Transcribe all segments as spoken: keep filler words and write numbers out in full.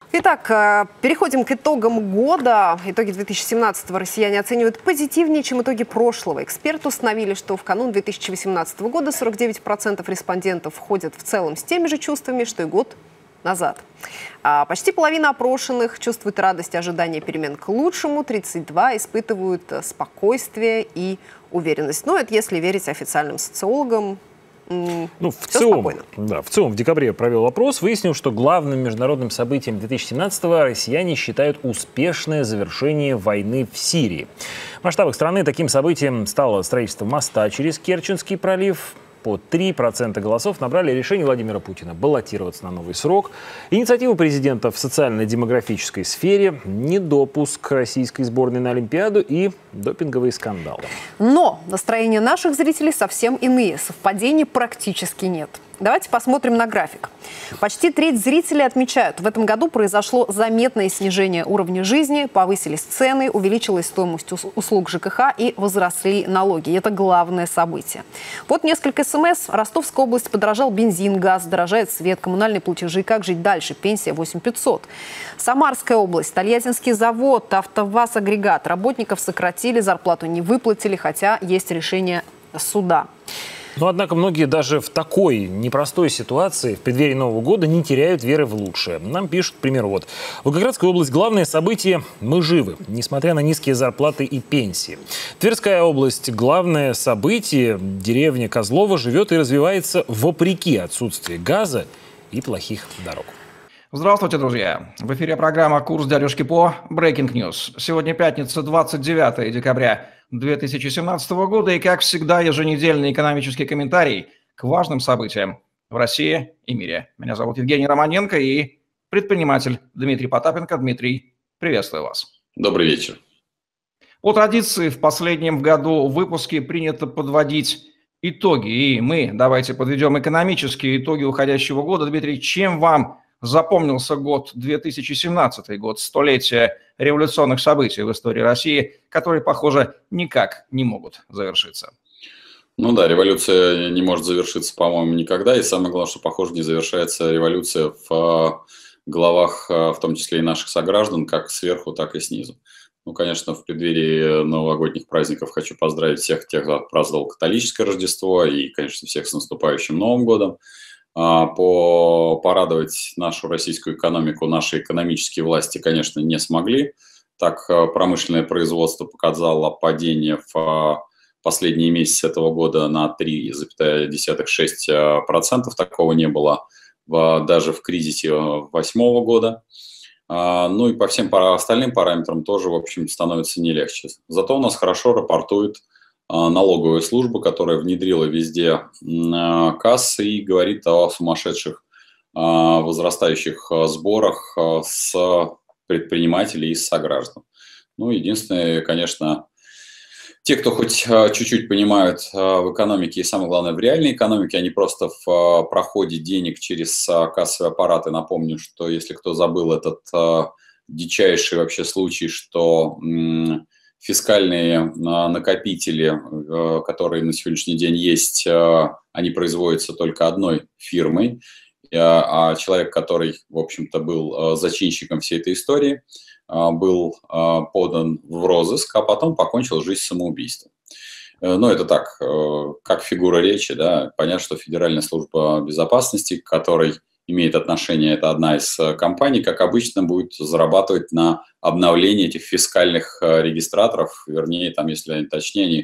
Итак, э, переходим к итогам года. Итоги две тысячи семнадцатого россияне оценивают позитивнее, чем итоги прошлого. Эксперты установили, что в канун две тысячи восемнадцатого года сорок девять процентов респондентов входят в целом с теми же чувствами, что и год назад. А почти половина опрошенных чувствует радость и ожидание перемен к лучшему, тридцать два испытывают спокойствие и уверенность. Ну, это если верить официальным социологам. Ну, в целом, да, в целом в декабре провел опрос, выяснил, что главным международным событием две тысячи семнадцатого россияне считают успешное завершение войны в Сирии. В масштабах страны таким событием стало строительство моста через Керченский пролив. По три процента голосов набрали решение Владимира Путина баллотироваться на новый срок, инициативу президента в социально-демографической сфере, недопуск российской сборной на Олимпиаду и допинговые скандалы. Но настроения наших зрителей совсем иные. Совпадений практически нет. Давайте посмотрим на график. Почти треть зрителей отмечают, в этом году произошло заметное снижение уровня жизни, повысились цены, увеличилась стоимость услуг ЖКХ и возросли налоги. И это главное событие. Вот несколько смс. Ростовская область: подорожал бензин, газ, дорожает свет, коммунальные платежи. Как жить дальше? Пенсия восемь тысяч пятьсот. Самарская область: Тольяттинский завод, АвтоВАЗ агрегат. Работников сократили, зарплату не выплатили, хотя есть решение суда. Но, однако, многие даже в такой непростой ситуации в преддверии Нового года не теряют веры в лучшее. Нам пишут, к примеру, вот. Волгоградская область: главное событие – мы живы, несмотря на низкие зарплаты и пенсии. Тверская область: главное событие – деревня Козлова живет и развивается вопреки отсутствию газа и плохих дорог. Здравствуйте, друзья! В эфире программа «Курс дядюшки По». Breaking News. Сегодня пятница, двадцать девятое декабря две тысячи семнадцатого года. И, как всегда, еженедельный экономический комментарий к важным событиям в России и мире. Меня зовут Евгений Романенко и предприниматель Дмитрий Потапенко. Дмитрий, приветствую вас. Добрый вечер. По традиции в последнем году в выпуске принято подводить итоги. И мы давайте подведем экономические итоги уходящего года. Дмитрий, чем вам запомнился год две тысячи семнадцатый, год столетия революционных событий в истории России, которые, похоже, никак не могут завершиться? Ну да, революция не может завершиться, по-моему, никогда. И самое главное, что, похоже, не завершается революция в головах, в том числе и наших сограждан, как сверху, так и снизу. Ну, конечно, в преддверии новогодних праздников хочу поздравить всех тех, кто праздновал католическое Рождество, и, конечно, всех с наступающим Новым годом. По порадовать нашу российскую экономику наши экономические власти, конечно, не смогли. Так, промышленное производство показало падение в последние месяцы этого года на три целых шесть десятых процента. Такого не было в, даже в кризисе две тысячи восьмого года. Ну и по всем остальным параметрам тоже, в общем, становится не легче. Зато у нас хорошо рапортует налоговая служба, которая внедрила везде кассы и говорит о сумасшедших возрастающих сборах с предпринимателей и с сограждан. Ну, единственное, конечно, те, кто хоть чуть-чуть понимают в экономике и, самое главное, в реальной экономике, они просто в проходе денег через кассовые аппараты. Напомню, что если кто забыл этот дичайший вообще случай, что фискальные накопители, которые на сегодняшний день есть, они производятся только одной фирмой, а человек, который, в общем-то, был зачинщиком всей этой истории, был подан в розыск, а потом покончил жизнь самоубийством. Ну, это так, как фигура речи, да. Понятно, что Федеральная служба безопасности, к которой имеет отношение, это одна из компаний, как обычно, будет зарабатывать на обновлении этих фискальных регистраторов, вернее, там, если они точнее, они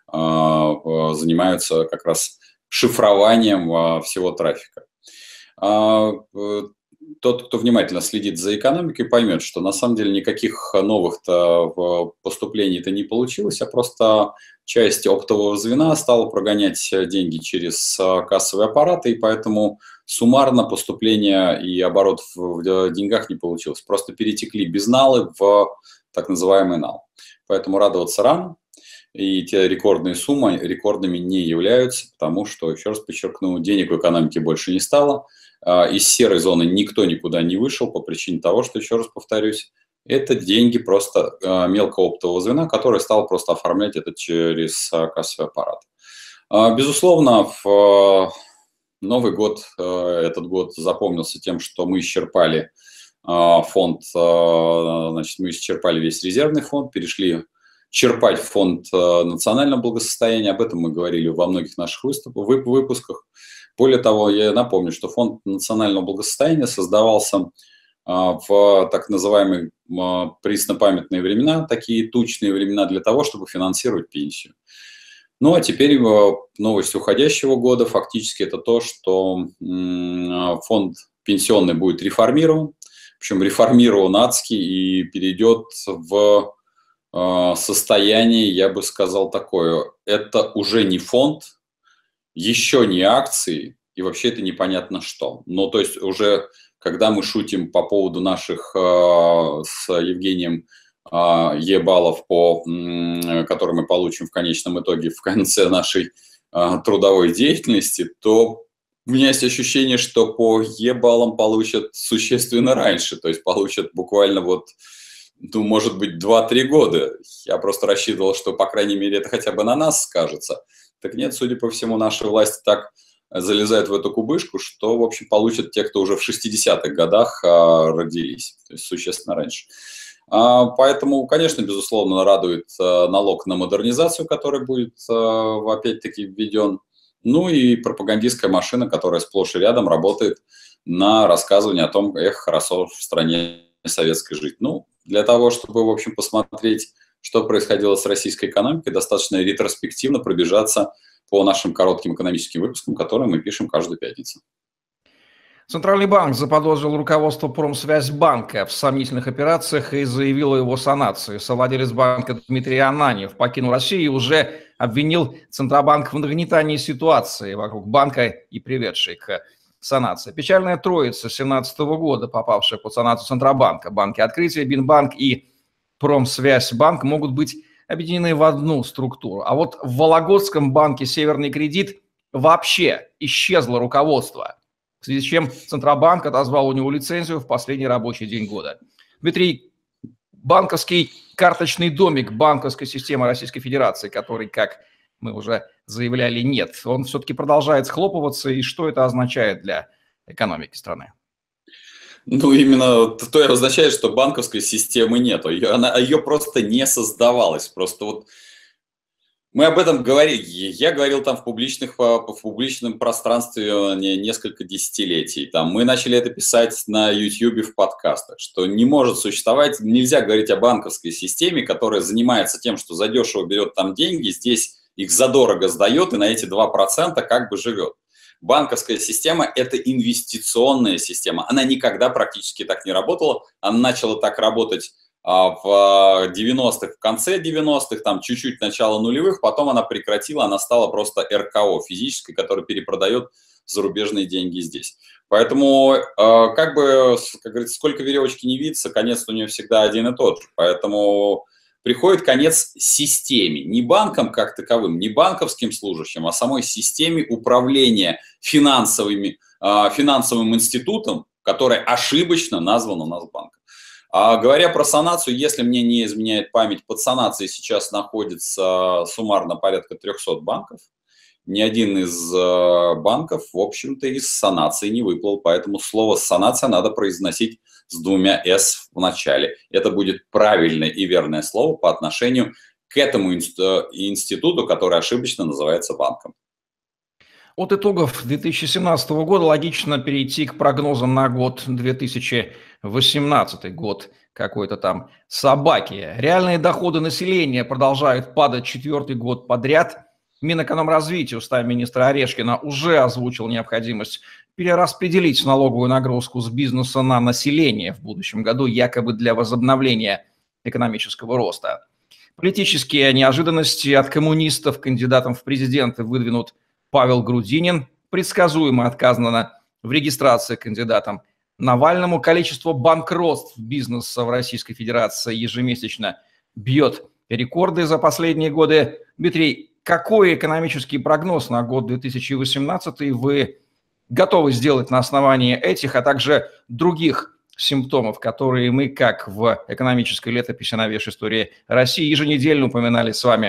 э, занимаются как раз шифрованием э, всего трафика. Э, тот, кто внимательно следит за экономикой, поймет, что на самом деле никаких новых-то поступлений-то не получилось, а просто часть оптового звена стала прогонять деньги через кассовые аппараты, и поэтому суммарно поступление и оборот в деньгах не получилось. Просто перетекли безналы в так называемый нал. Поэтому радоваться рано. И те рекордные суммы рекордными не являются, потому что, еще раз подчеркну, денег в экономике больше не стало. Из серой зоны никто никуда не вышел по причине того, что, еще раз повторюсь, это деньги просто мелкого оптового звена, который стал просто оформлять это через кассовый аппарат. Безусловно, в Новый год, этот год запомнился тем, что мы исчерпали фонд, значит, мы исчерпали весь резервный фонд, перешли черпать фонд национального благосостояния. Об этом мы говорили во многих наших выступах, выпусках. Более того, я напомню, что фонд национального благосостояния создавался в так называемые преснопамятные времена, такие тучные времена для того, чтобы финансировать пенсию. Ну а теперь новость уходящего года фактически это то, что фонд пенсионный будет реформирован, причем реформирован адски и перейдет в состояние, я бы сказал, такое. Это уже не фонд, еще не акции, и вообще это непонятно что. Ну, то есть уже, когда мы шутим по поводу наших с Евгением Е-баллов, по, которые мы получим в конечном итоге в конце нашей трудовой деятельности, то у меня есть ощущение, что по Е-баллам получат существенно раньше, то есть получат буквально вот, ну, может быть, два-три года. Я просто рассчитывал, что, по крайней мере, это хотя бы на нас скажется. Так нет, судя по всему, наши власти так залезают в эту кубышку, что, в общем, получат те, кто уже в шестидесятых годах родились, то есть существенно раньше. Поэтому, конечно, безусловно, радует налог на модернизацию, который будет, опять-таки, введен. Ну и пропагандистская машина, которая сплошь и рядом работает на рассказывание о том, эх, хорошо в стране советской жить. Ну, для того, чтобы, в общем, посмотреть, что происходило с российской экономикой, достаточно ретроспективно пробежаться по нашим коротким экономическим выпускам, которые мы пишем каждую пятницу. Центральный банк заподозрил руководство Промсвязьбанка в сомнительных операциях и заявил о его санации. Совладелец банка Дмитрий Ананьев покинул Россию и уже обвинил Центробанк в нагнетании ситуации вокруг банка и приведшей к санации. Печальная троица две тысячи семнадцатого года, попавшая под санацию Центробанка. Банки Открытие, Бинбанк и Промсвязьбанк могут быть объединены в одну структуру. А вот в Вологодском банке «Северный кредит» вообще исчезло руководство, в связи с чем Центробанк отозвал у него лицензию в последний рабочий день года. Дмитрий, банковский карточный домик банковской системы Российской Федерации, который, как мы уже заявляли, нет, он все-таки продолжает схлопываться, и что это означает для экономики страны? Ну, именно то и означает, что банковской системы нет, ее, она, ее просто не создавалось, просто вот мы об этом говорили, я говорил там в, публичных, в публичном пространстве несколько десятилетий. Там, мы начали это писать на YouTube в подкастах, что не может существовать, нельзя говорить о банковской системе, которая занимается тем, что задешево берет там деньги, здесь их задорого сдает и на эти два процента как бы живет. Банковская система – это инвестиционная система. Она никогда практически так не работала. Она начала так работать в девяностых, в конце девяностых, там чуть-чуть начало нулевых, потом она прекратила, она стала просто эр ка о физической, которая перепродает зарубежные деньги здесь. Поэтому, как бы, как говорится, сколько веревочки не виться, конец у нее всегда один и тот же. Поэтому приходит конец системе, не банкам как таковым, не банковским служащим, а самой системе управления финансовыми, финансовым институтом, который ошибочно назван у нас банком. А говоря про санацию, если мне не изменяет память, под санацией сейчас находится суммарно порядка трехсот банков. Ни один из банков, в общем-то, из санации не выплыл, поэтому слово «санация» надо произносить с двумя «с» в начале. Это будет правильное и верное слово по отношению к этому институту, который ошибочно называется банком. От итогов две тысячи семнадцатого года логично перейти к прогнозам на год две тысячи восемнадцатый, год какой-то там собаки. Реальные доходы населения продолжают падать четвертый год подряд. Минэкономразвития устами министра Орешкина уже озвучил необходимость перераспределить налоговую нагрузку с бизнеса на население в будущем году, якобы для возобновления экономического роста. Политические неожиданности от коммунистов кандидатом в президенты выдвинут Павел Грудинин, предсказуемо отказано в регистрации кандидатом Навальному. Количество банкротств бизнеса в Российской Федерации ежемесячно бьет рекорды за последние годы. Дмитрий, какой экономический прогноз на год две тысячи восемнадцатый вы готовы сделать на основании этих, а также других симптомов, которые мы, как в экономической летописи «Новейшей истории России», еженедельно упоминали с вами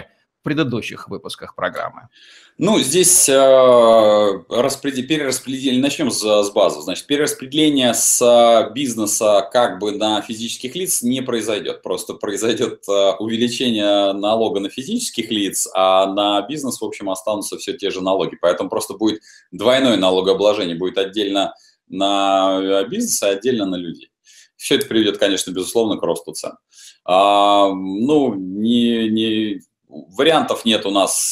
предыдущих выпусках программы? Ну, здесь э, распредел... перераспределение, начнем с, с базы. Значит, перераспределение с бизнеса как бы на физических лиц не произойдет. Просто произойдет э, увеличение налога на физических лиц, а на бизнес, в общем, останутся все те же налоги. Поэтому просто будет двойное налогообложение. Будет отдельно на бизнес, а отдельно на людей. Все это приведет, конечно, безусловно, к росту цен. А, ну, не... не... Вариантов нет у нас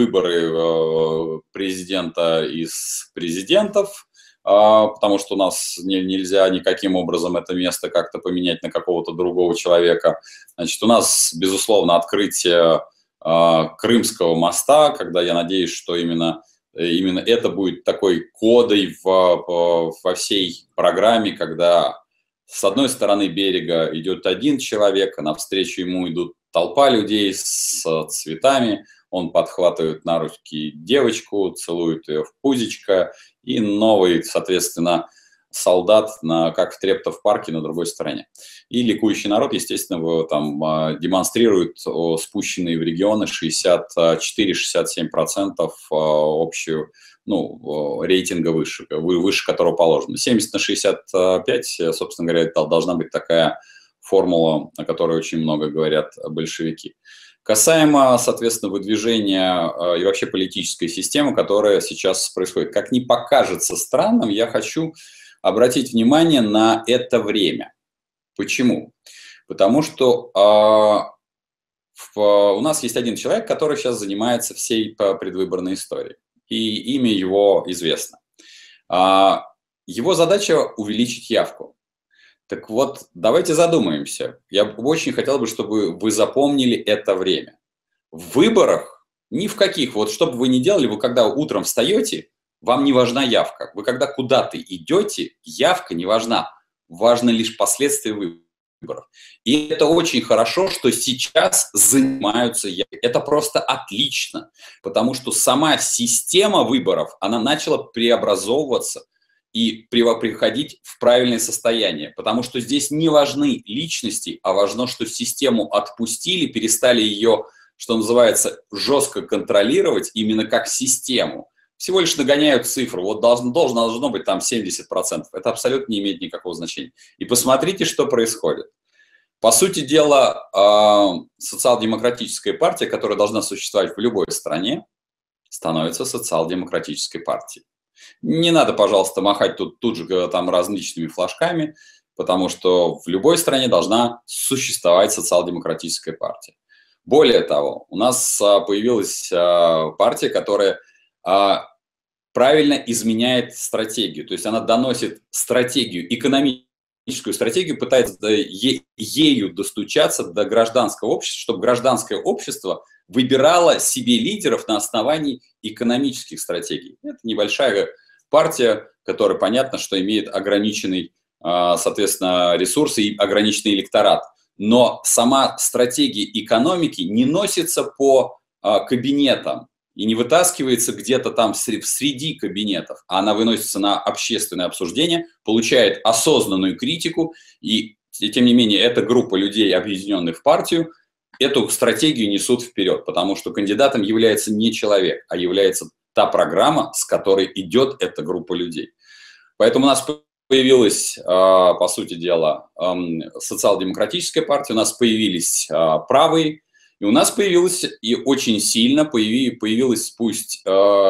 выборы президента из президентов, потому что у нас не, нельзя никаким образом это место как-то поменять на какого-то другого человека. Значит, у нас, безусловно, открытие Крымского моста, когда я надеюсь, что именно, именно это будет такой кодой в, во всей программе, когда с одной стороны берега идет один человек, а навстречу ему идут толпа людей с цветами, он подхватывает на руки девочку, целует ее в пузичко, и новый, соответственно, солдат, на, как в Трептов парке на другой стороне. И ликующий народ, естественно, там демонстрирует спущенные в регионы шестьдесят четыре — шестьдесят семь процентов общую, ну, рейтинга выше, выше которого положено. семьдесят на шестьдесят пять, собственно говоря, должна быть такая формула, о которой очень много говорят большевики. Касаемо, соответственно, выдвижения и вообще политической системы, которая сейчас происходит. Как ни покажется странным, я хочу обратить внимание на это время. Почему? Потому что э, в, у нас есть один человек, который сейчас занимается всей предвыборной историей. И имя его известно. Э, его задача увеличить явку. Так вот, давайте задумаемся. Я очень хотел бы, чтобы вы запомнили это время. В выборах ни в каких, вот что бы вы ни делали, вы когда утром встаете, вам не важна явка. Вы когда куда-то идете, явка не важна. Важно лишь последствия выборов. И это очень хорошо, что сейчас занимаются явкой. Это просто отлично, потому что сама система выборов, она начала преобразовываться и приходить в правильное состояние. Потому что здесь не важны личности, а важно, что систему отпустили, перестали ее, что называется, жестко контролировать именно как систему. Всего лишь нагоняют цифру. Вот должно, должно, должно быть там семьдесят процентов. Это абсолютно не имеет никакого значения. И посмотрите, что происходит. По сути дела, социал-демократическая партия, которая должна существовать в любой стране, становится социал-демократической партией. Не надо, пожалуйста, махать тут, тут же там различными флажками, потому что в любой стране должна существовать социал-демократическая партия. Более того, у нас появилась партия, которая правильно изменяет стратегию, то есть она доносит стратегию, экономическую стратегию, пытается ею достучаться до гражданского общества, чтобы гражданское общество выбирала себе лидеров на основании экономических стратегий. Это небольшая партия, которая, понятно, что имеет ограниченный, соответственно, ресурс и ограниченный электорат. Но сама стратегия экономики не носится по кабинетам и не вытаскивается где-то там среди кабинетов, а она выносится на общественное обсуждение, получает осознанную критику, и, тем не менее, эта группа людей, объединенных в партию, эту стратегию несут вперед, потому что кандидатом является не человек, а является та программа, с которой идет эта группа людей. Поэтому у нас появилась, по сути дела, социал-демократическая партия, у нас появились правые, и у нас появилась и очень сильно появилось, пусть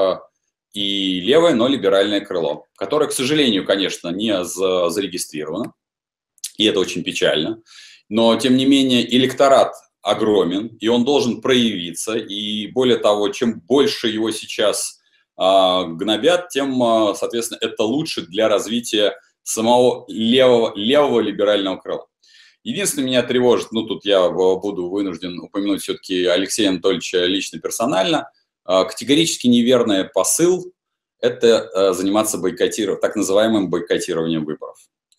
и левое, но либеральное крыло, которое, к сожалению, конечно, не зарегистрировано, и это очень печально, но, тем не менее, электорат огромен, и он должен проявиться, и более того, чем больше его сейчас а, гнобят, тем, а, соответственно, это лучше для развития самого левого, левого либерального крыла. Единственное, меня тревожит, ну, тут я буду вынужден упомянуть все-таки Алексея Анатольевича лично персонально, а, категорически неверный посыл – это а, заниматься бойкотированием, так называемым бойкотированием выборов.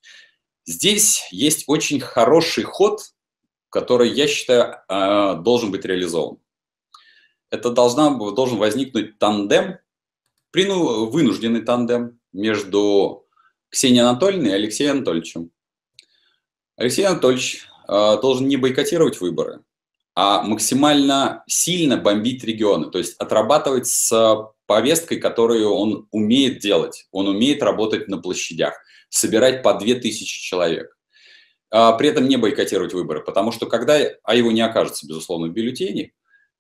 Здесь есть очень хороший ход, который, я считаю, должен быть реализован. Это должна, должен возникнуть тандем, вынужденный тандем между Ксенией Анатольевной и Алексеем Анатольевичем. Алексей Анатольевич должен не бойкотировать выборы, а максимально сильно бомбить регионы, то есть отрабатывать с повесткой, которую он умеет делать. Он умеет работать на площадях, собирать по две тысячи человек. При этом не бойкотировать выборы, потому что когда, а его не окажется, безусловно, в бюллетене,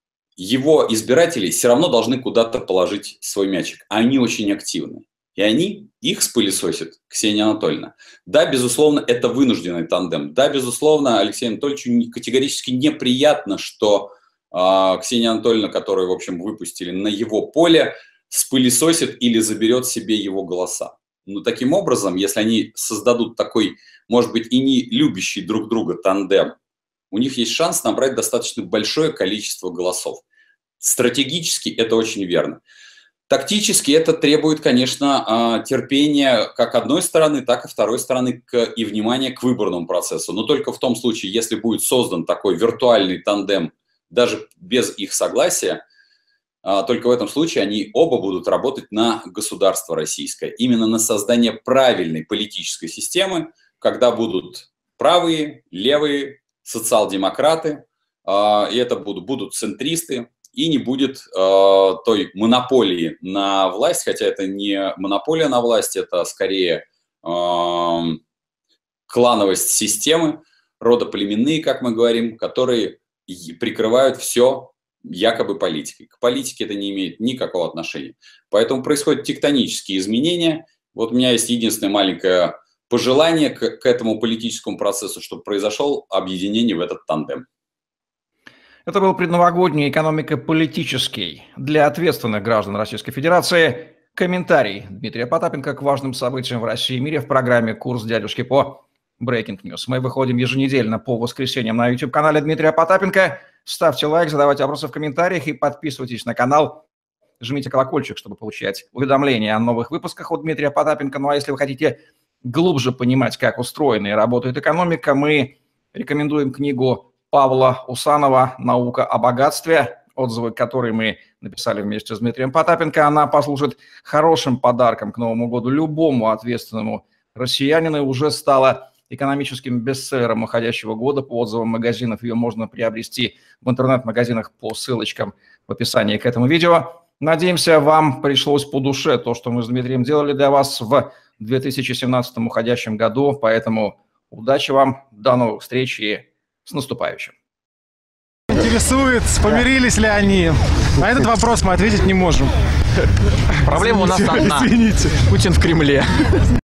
его избиратели все равно должны куда-то положить свой мячик. Они очень активны. И они их спылесосят, Ксения Анатольевна. Да, безусловно, это вынужденный тандем. Да, безусловно, Алексею Анатольевичу категорически неприятно, что э, Ксения Анатольевна, которую, в общем, выпустили на его поле, спылесосит или заберет себе его голоса. Но таким образом, если они создадут такой, может быть, и не любящий друг друга тандем, у них есть шанс набрать достаточно большое количество голосов. Стратегически это очень верно. Тактически это требует, конечно, терпения как одной стороны, так и второй стороны и внимания к выборному процессу. Но только в том случае, если будет создан такой виртуальный тандем, даже без их согласия, только в этом случае они оба будут работать на государство российское. Именно на создание правильной политической системы, когда будут правые, левые, социал-демократы, и это будут, будут центристы, и не будет э, той монополии на власть, хотя это не монополия на власть, это скорее э, клановость системы, родоплеменные, как мы говорим, которые прикрывают все якобы политикой. К политике это не имеет никакого отношения. Поэтому происходят тектонические изменения. Вот у меня есть единственное маленькое пожелание к, к этому политическому процессу, чтобы произошел объединение в этот тандем. Это был предновогодний экономико-политический для ответственных граждан Российской Федерации комментарий Дмитрия Потапенко к важным событиям в России и мире в программе «Курс дядюшки По» Breaking News. Мы выходим еженедельно по воскресеньям на YouTube-канале Дмитрия Потапенко. Ставьте лайк, задавайте вопросы в комментариях и подписывайтесь на канал. Жмите колокольчик, чтобы получать уведомления о новых выпусках от Дмитрия Потапенко. Ну а если вы хотите глубже понимать, как устроена и работает экономика, мы рекомендуем книгу Павла Усанова «Наука о богатстве», отзывы, которые мы написали вместе с Дмитрием Потапенко. Она послужит хорошим подарком к Новому году любому ответственному россиянину и уже стала экономическим бестселлером уходящего года. По отзывам магазинов ее можно приобрести в интернет-магазинах по ссылочкам в описании к этому видео. Надеемся, вам пришлось по душе то, что мы с Дмитрием делали для вас в две тысячи семнадцатом уходящем году. Поэтому удачи вам, до новых встреч и с наступающим. Интересует, помирились ли они. На этот вопрос мы ответить не можем. Проблема у нас одна. Извините. Путин в Кремле.